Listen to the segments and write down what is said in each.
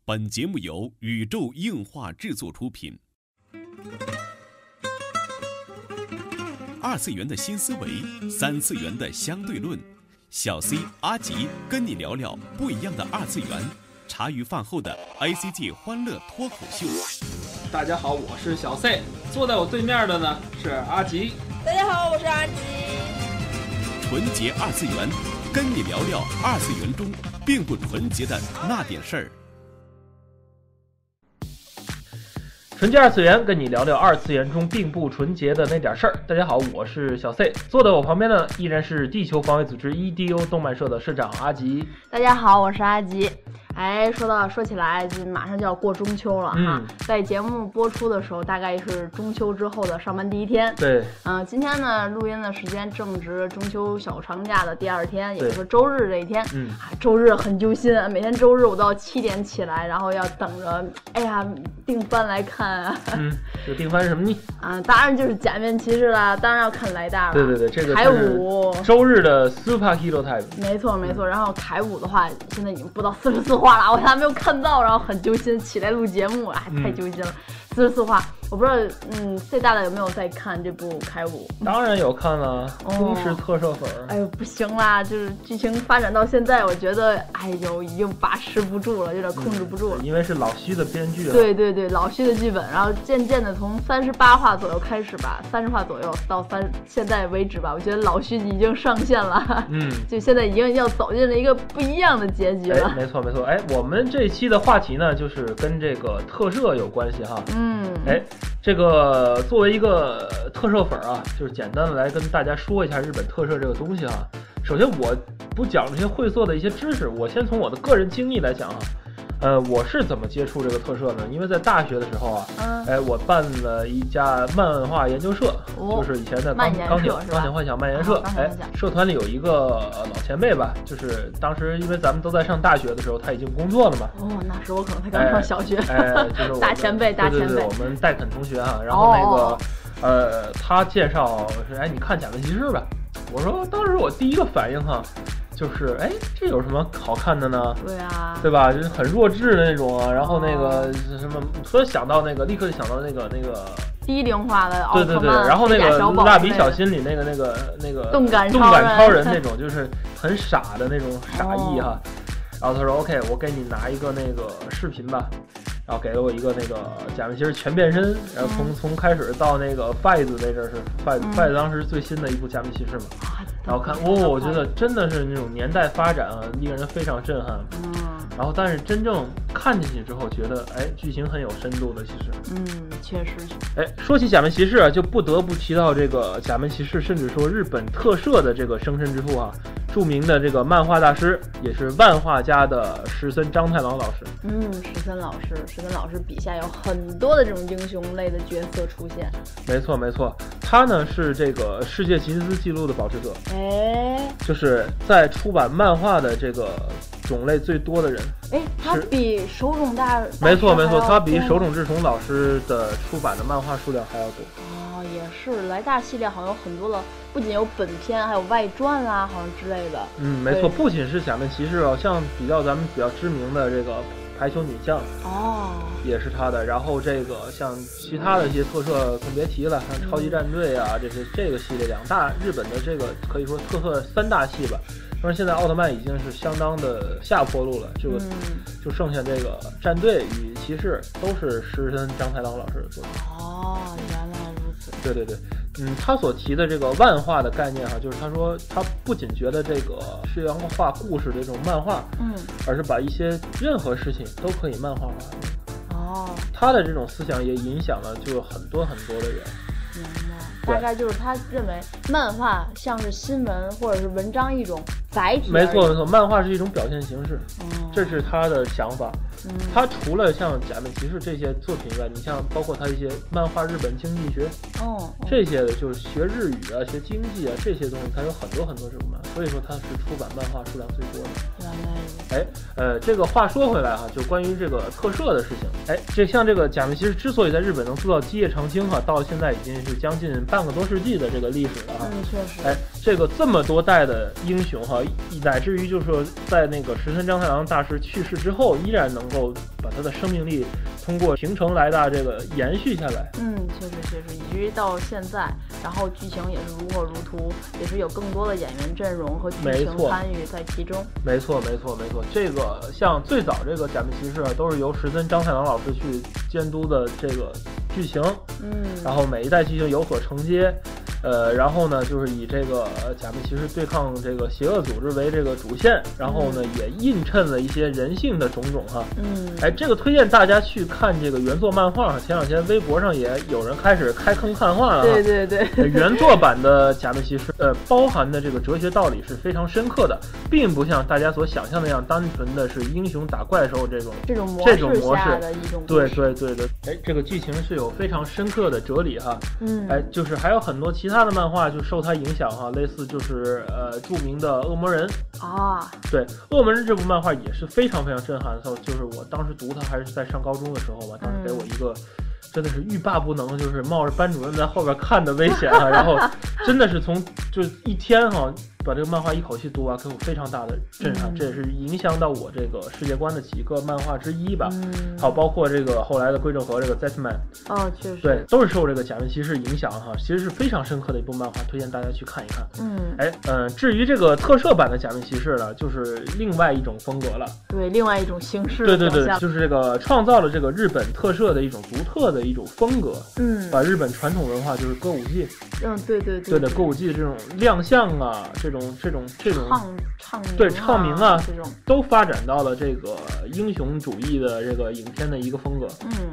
本节目由宇宙硬化制作出品。二次元的新思维，三次元的相对论。小 C 阿吉跟你聊聊不一样的二次元。茶余饭后的 ACG 欢乐脱口秀。 大家好，我是小 C， 坐在我对面的呢是阿吉。 大家好，我是阿吉。 纯洁二次元，跟你聊聊二次元中并不纯洁的那点事儿。 纯洁二次元，跟你聊聊二次元中并不纯洁的那点事儿。大家好，我是小 C， 坐在我旁边的依然是地球防卫组织 EDO 动漫社的社长阿吉。 大家好，我是阿吉。说起来，就马上就要过中秋了哈。在节目播出的时候，大概是中秋之后的上班第一天。 对， 今天呢，录音的时间正值中秋小长假的第二天，也就是周日这一天。周日很揪心，每天周日我都要7点起来，然后要等着，订番来看啊。 这订番是什么呢？ 当然就是假面骑士啦，当然要看莱大了。 对，这个凯武周日的 Super Hero Time。 没错。然后凯武的话，现在已经播到44话了，我还没有看到，然后很揪心，起来录节目，太揪心了。44话，我不知道，C 大的有没有在看这部凯武？ 当然有看了，忠实特摄粉。 不行啦，就是剧情发展到现在，我觉得，已经把持不住了，有点控制不住了。 因为是老徐的编剧。 对，老徐的剧本，然后渐渐的从38话左右开始吧，30话左右到现在为止吧，我觉得老徐已经上线了。就现在已经要走进了一个不一样的结局了。 没错。我们这期的话题呢，就是跟这个特摄有关系哈。这个作为一个特摄粉啊，就是简单的来跟大家说一下日本特摄这个东西哈。首先我不讲这些晦涩的一些知识，我先从我的个人经历来讲啊。我是怎么接触这个特摄呢？因为在大学的时候啊，我办了一家漫画研究社，就是以前的钢铁幻想漫研社。社团里有一个老前辈吧，就是当时因为咱们都在上大学的时候，他已经工作了嘛。 那时我可能才刚上小学。 就是大前辈。 对，我们戴肯同学哈。然后他介绍是，你看假面骑士吧。我说当时我第一个反应哈。就是这有什么好看的呢？对吧？就是很弱智的那种啊，然后那个什么，突然想到那个，立刻就想到那个低龄化的奥特曼。 对，然后那个蜡笔小新里那个动感超人那种，就是很傻的那种傻意哈。然后他说 OK， 我给你拿一个那个视频吧。然后给了我一个那个假面骑士全变身，然后从开始到那个 Fight 那阵是 Fight 当时最新的一部假面骑士嘛。然后看我觉得真的是那种年代发展啊，令人非常震撼。然后但是真正看进去之后，觉得剧情很有深度的，其实。 确实。 说起假面骑士啊，就不得不提到这个假面骑士，甚至说日本特摄的这个生身之父啊，著名的这个漫画大师，也是万画家的石森章太郎老师。石森老师笔下有很多的这种英雄类的角色出现。没错，他呢是这个世界吉尼斯纪录的保持者。就是在出版漫画的这个种类最多的人。 他比手冢大没错，他比手冢治虫老师的出版的漫画数量还要多。 也是莱大系列好像有很多了，不仅有本片，还有外传啊，好像之类的。 没错，不仅是假面骑士啊，像咱们比较知名的这个排球女将也是他的。然后这个像其他的一些特摄更别提了，像超级战队啊，这个系列两大日本的这个可以说特摄3大系吧。但是现在奥特曼已经是相当的下坡路了，这个就剩下这个战队与骑士都是石森章太郎老师的作品。 原来如此。 对，他所提的这个万画的概念就是他说他不仅觉得这个是要画故事的这种漫画，而是把一些任何事情都可以漫画化。他的这种思想也影响了就很多很多的人。 大概就是他认为漫画像是新闻或者是文章一种载体。 没错，漫画是一种表现形式，这是他的想法。他除了像假面骑士这些作品以外，你像包括他一些漫画日本经济学，这些的就是学日语啊、学经济啊这些东西，他有很多这种漫，所以说他是出版漫画数量最多的。 这个话说回来哈，就关于这个特摄的事情，这像这个假面骑士之所以在日本能做到基业长青哈，到现在已经是将近半个多世纪的这个历史了哈。 确实。 这个这么多代的英雄哈，乃至于就是说在那个石村章太郎大师去世之后，依然能够把他的生命力通过平成来的这个延续下来。 确实，以至于到现在，然后剧情也是如火如荼，也是有更多的演员阵容和剧情参与在其中。 没错。这个像最早这个假面骑士都是由石村章太郎老师去监督的这个剧情，然后每一代剧情有所承接。然后呢，就是以这个假面骑士对抗这个邪恶组织为这个主线，然后呢，也映衬了一些人性的种种哈。这个推荐大家去看这个原作漫画，前两天微博上也有人开始开坑看画了。 对。 原作版的假面骑士，包含的这个哲学道理是非常深刻的，并不像大家所想象那样单纯的是英雄打怪时候这种模式的一种。 对。这个剧情是有非常深刻的哲理哈。就是还有很多其他的漫画就受它影响哈，类似就是著名的恶魔人啊。 对，恶魔人这部漫画也是非常非常震撼的，就是我当时读它还是在上高中的时候吧，当时给我一个真的是欲罢不能，就是冒着班主任在后边看的危险啊，然后真的是就一天哈把这个漫画一口气读完，给我非常大的震撼，这也是影响到我这个世界观的几个漫画之一吧。好，包括这个后来的龟正和这个 Zetman， 确实， 对，都是受这个假面骑士影响哈，其实是非常深刻的一部漫画，推荐大家去看一看。至于这个特摄版的假面骑士呢，就是另外一种风格了， 对，另外一种形式。 对，就是这个创造了这个日本特摄的一种独特的一种风格。把日本传统文化就是歌舞伎，对的，歌舞伎的这种亮相啊，这种唱名啊， 这种都发展到了这个英雄主义的这个影片的一个风格。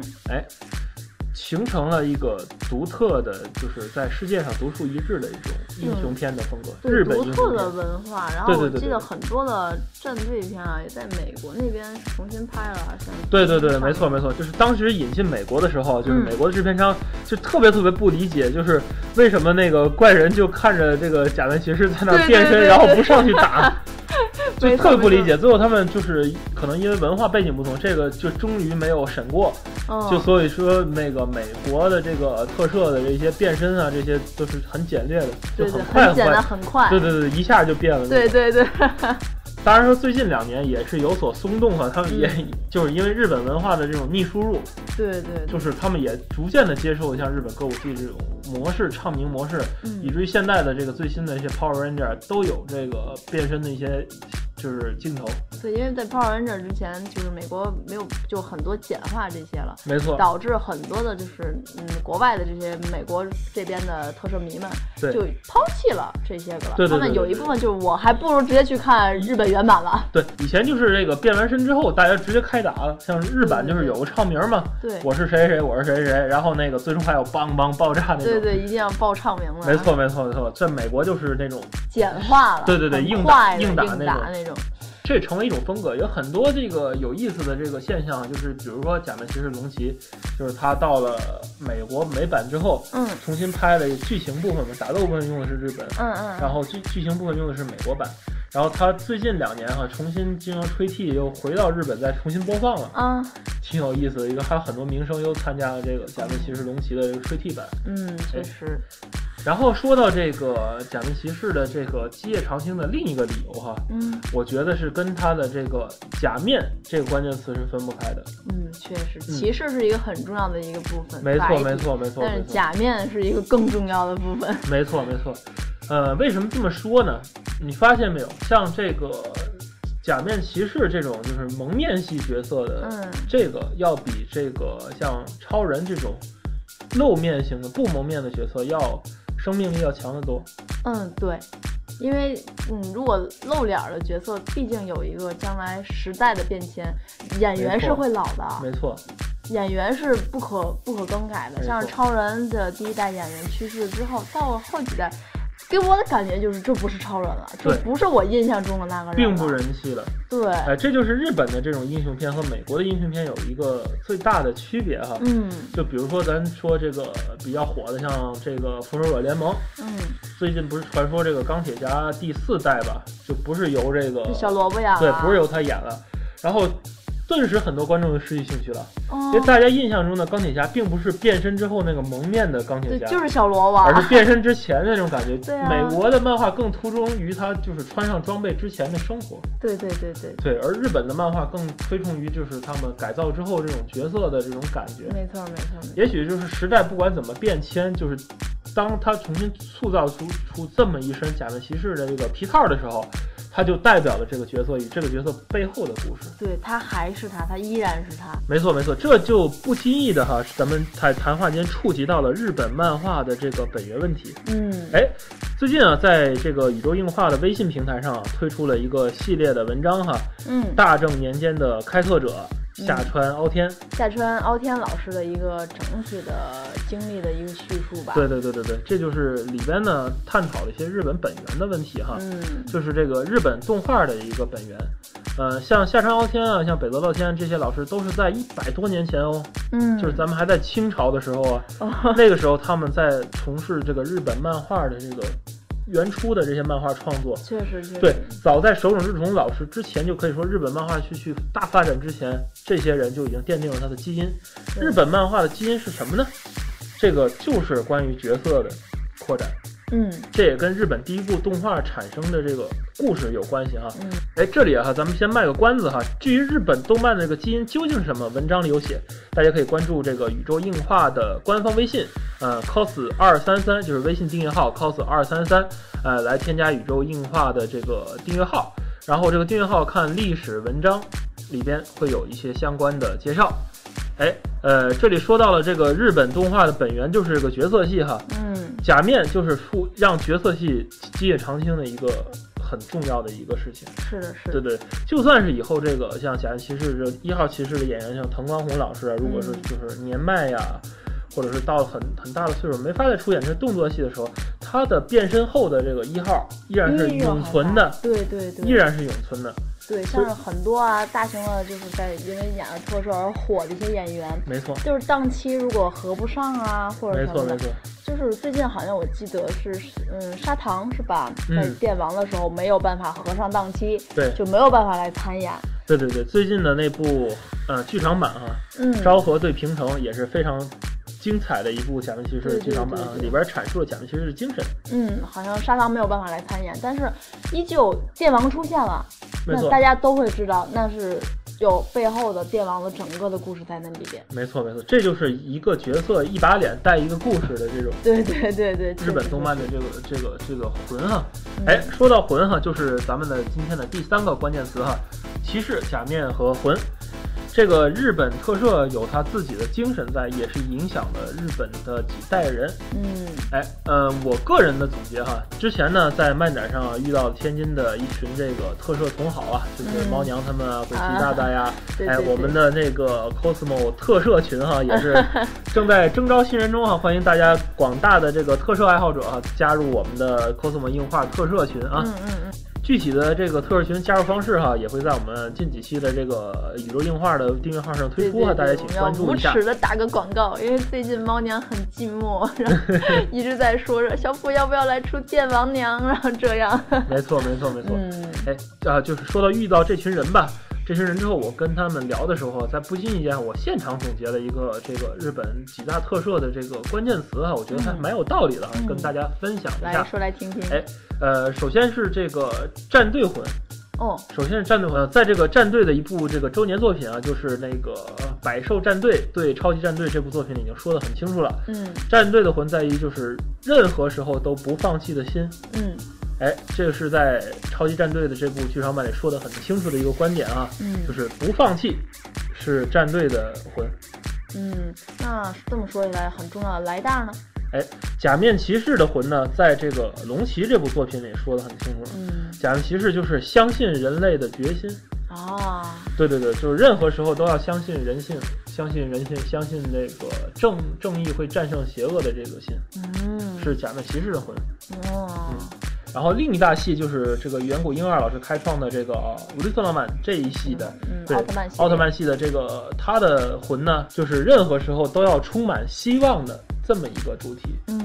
形成了一个独特的，就是在世界上独树一帜的一种英雄片的风格，日本独特的文化。然后我记得很多的战队片啊，也在美国那边重新拍了。 对，没错，就是当时引进美国的时候，就是美国的制片商就特别不理解，就是为什么那个怪人就看着这个假面骑士在那变身，然后不上去打。就特别不理解，最后他们就是可能因为文化背景不同，这个就终于没有审过，就所以说那个美国的这个特摄的这些变身啊，这些都是很简略的，就很快， 很简单，很快， 对，一下就变了。 对。 当然说最近2年也是有所松动啊，他们也就是因为日本文化的这种逆输入， 对， 就是他们也逐渐的接受像日本歌舞伎这种模式，唱名模式，以至于现在的这个最新的一些 Power Ranger 都有这个变身的一些就是镜头。 对，因为在 Power Ranger 之前，就是美国没有就很多简化这些了， 没错， 导致很多的就是国外的这些美国这边的特摄迷们就抛弃了这些个了。 对， 他们有一部分就是我还不如直接去看日本原版了。 对，以前就是这个变完身之后，大家直接开打了，像日版就是有个唱名嘛， 对， 我是谁谁，我是谁谁，然后那个最终还有梆梆爆炸那种。 对，一定要报唱名了。 没错，在美国就是那种简化了。 对，硬打那种。 这成为一种风格，有很多这个有意思的这个现象，就是比如说假面骑士龙骑，就是他到了美国美版之后，重新拍了剧情部分嘛，打斗部分用的是日本，然后剧情部分用的是美国版，然后他最近2年重新经由吹替又回到日本再重新播放了，挺有意思的一个，还有很多名声又参加了这个假面骑士龙骑的这个吹替版， 确实。 然后说到这个假面骑士的这个基业长青的另一个理由哈，我觉得是跟他的这个假面这个关键词是分不开的。 确实，骑士是一个很重要的一个部分， 没错。 但是假面是一个更重要的部分。 没错。为什么这么说呢？你发现没有，像这个假面骑士这种就是蒙面系角色的，这个要比这个像超人这种露面型的不蒙面的角色要生命力要强得多。 对，因为如果露脸的角色毕竟有一个将来时代的变迁，演员是会老的。 没错， 演员是不可更改的。像是超人的第1代演员去世之后，到了后几代，给我的感觉就是这不是超人了，这不是我印象中的那个人了， 并不人气了。 对， 这就是日本的这种英雄片和美国的英雄片有一个最大的区别哈。就比如说咱说这个比较火的，像这个复仇者联盟， 最近不是传说这个钢铁侠第4代吧，就不是由这个小萝卜演了， 对，不是由他演了，然后顿时很多观众就失去兴趣了，因为大家印象中的钢铁侠并不是变身之后那个蒙面的钢铁侠， 对，就是小萝卜， 而是变身之前那种感觉。 对啊， 美国的漫画更突出于他就是穿上装备之前的生活。 对， 而日本的漫画更推崇于就是他们改造之后这种角色的这种感觉。 没错。 也许就是时代不管怎么变迁，就是当他重新塑造出这么一身假面骑士的这个皮套的时候，他就代表了这个角色与这个角色背后的故事。 对，他还是他依然是他。 没错，这就不经意的哈，咱们在谈话间触及到了日本漫画的这个本源问题。最近啊，在这个宇宙硬化的微信平台上啊，推出了一个系列的文章哈，大正年间的开拓者下川凹天老师的一个整体的经历的一个叙述吧。对，这就是里边呢探讨了一些日本本源的问题哈，就是这个日本动画的一个本源。像下川凹天啊，像北泽乐天这些老师都是在100多年前哦，就是咱们还在清朝的时候啊，那个时候他们在从事这个日本漫画的这个原初的这些漫画创作。 确实对，早在手冢治虫老师之前，就可以说日本漫画去大发展之前，这些人就已经奠定了它的基因。日本漫画的基因是什么呢？这个就是关于角色的扩展。这也跟日本第一部动画产生的这个故事有关系哈。这里啊，咱们先卖个关子哈。至于日本动漫的这个基因究竟是什么，文章里有写，大家可以关注这个宇宙硬化的官方微信，cos233就是微信订阅号 cos233，来添加宇宙硬化的这个订阅号，然后这个订阅号看历史文章里边会有一些相关的介绍。这里说到了这个日本动画的本源就是这个角色系哈。假面就是让角色系基业长青的一个很重要的一个事情。是的，对，就算是以后这个像假面骑士这1号骑士的演员，像藤光弘老师啊，如果是就是年迈呀，或者是到了很大的岁数没法再出演这动作戏的时候，他的变身后的这个1号依然是永存的。对，依然是永存的。 对，像是很多大型的，就是在因为演了特摄而火的一些演员， 没错， 就是档期如果合不上啊，或者什么的， 没错， 就是最近好像我记得是砂糖是吧，在电王的时候没有办法合上档期， 对， 就没有办法来参演。 对，最近的那部剧场版昭和对平城也是非常精彩的一部假面骑士剧场版里边阐述了假面骑士的精神。 好像砂糖没有办法来参演，但是依旧电王出现了， 那大家都会知道那是有背后的电王的整个的故事在那里边。 没错，这就是一个角色一把脸带一个故事的这种。 对， 日本动漫的这个魂哈。说到魂哈，就是咱们的今天的第3个关键词哈，骑士、假面和魂。这个日本特摄有它自己的精神在，也是影响了日本的几代人。我个人的总结哈，之前呢在漫展上遇到天津的一群这个特摄同好啊，就是猫娘他们啊，鬼奇大大呀，我们的那个 Cosmo 特摄群哈，也是正在征招新人中哈，欢迎大家广大的这个特摄爱好者啊加入我们的 Cosmo 硬化特摄群啊。具体的这个特摄群加入方式哈，也会在我们近几期的这个宇宙硬化的订阅号上推出哈，大家请关注一下。 无耻的打个广告，因为最近猫娘很寂寞，然后一直在说着小普要不要来出电王娘，然后这样。 没错。就是说到遇到这群人吧。这群人之后，我跟他们聊的时候，在不经意间，我现场总结了一个这个日本几大特摄的这个关键词哈，我觉得还蛮有道理的，跟大家分享一下。 来说来听听。 首先是这个战队魂。首先是战队魂，在这个战队的一部这个周年作品啊，就是那个百兽战队对超级战队这部作品里已经说得很清楚了。战队的魂在于就是任何时候都不放弃的心。这个是在超级战队的这部剧场版里说得很清楚的一个观点啊，就是不放弃是战队的魂。 那这么说起来很重要的来大呢？ 假面骑士的魂呢，在这个龙骑这部作品里说得很清楚了。假面骑士就是相信人类的决心。对，就是任何时候都要相信人性，相信那个正义会战胜邪恶的这个心。是假面骑士的魂。然后另一大系就是这个远古婴儿老师开创的这个乌利特曼这一系的，奥特曼系的这个他的魂呢，就是任何时候都要充满希望的这么一个主题。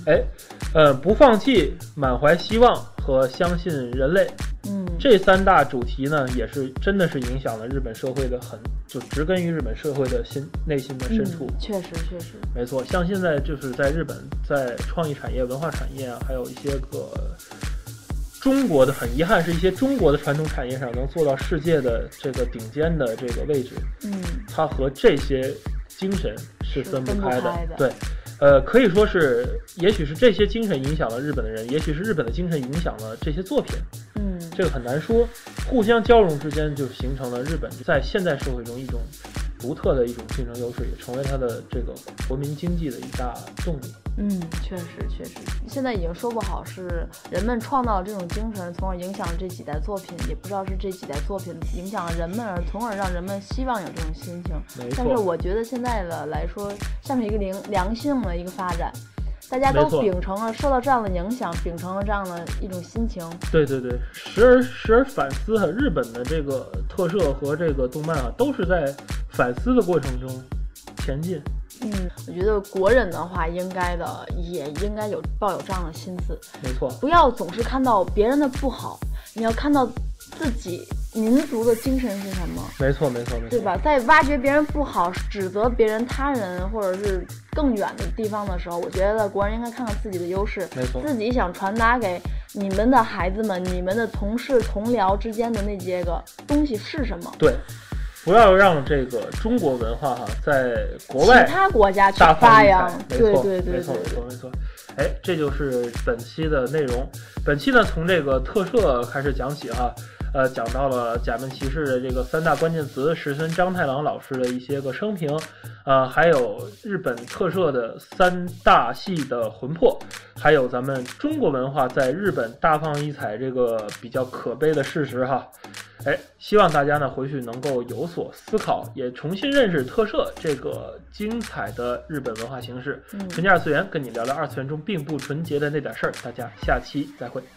不放弃，满怀希望和相信人类。这3大主题呢，也是真的是影响了日本社会的就植根于日本社会的内心的深处。 确实， 没错。像现在就是在日本，在创意产业、文化产业啊，还有一些个中国的，很遗憾是一些中国的传统产业上能做到世界的这个顶尖的这个位置。它和这些精神是分不开的。对。可以说是，也许是这些精神影响了日本的人，也许是日本的精神影响了这些作品。这个很难说，互相交融之间就形成了日本在现代社会中一种独特的一种竞争优势，也成为它的这个国民经济的一大动力。 确实，现在已经说不好是人们创造了这种精神，从而影响了这几代作品，也不知道是这几代作品影响了人们，从而让人们希望有这种心情。但是我觉得现在的来说，像是一个良性的一个发展，大家都秉承了受到这样的影响，秉承了这样的一种心情。对， 时而反思哈，日本的这个特摄和这个动漫啊，都是在反思的过程中前进。 我觉得国人的话也应该抱有这样的心思。 没错， 不要总是看到别人的不好，你要看到自己民族的精神是什么。 没错， 对吧？在挖掘别人不好，指责别人他人或者是更远的地方的时候，我觉得国人应该看看自己的优势。 没错， 自己想传达给你们的孩子们、你们的同事同僚之间的那些个东西是什么。 对，不要让这个中国文化在国外其他国家去发扬。 对，没错。这就是本期的内容。本期呢，从这个特摄开始讲起哈。讲到了假面骑士的这个3大关键词，石村章太郎老师的一些个生平，还有日本特摄的3大系的魂魄，还有咱们中国文化在日本大放异彩这个比较可悲的事实哈。希望大家呢回去能够有所思考，也重新认识特摄这个精彩的日本文化形式。纯洁二次元，跟你聊聊二次元中并不纯洁的那点事儿。大家下期再会。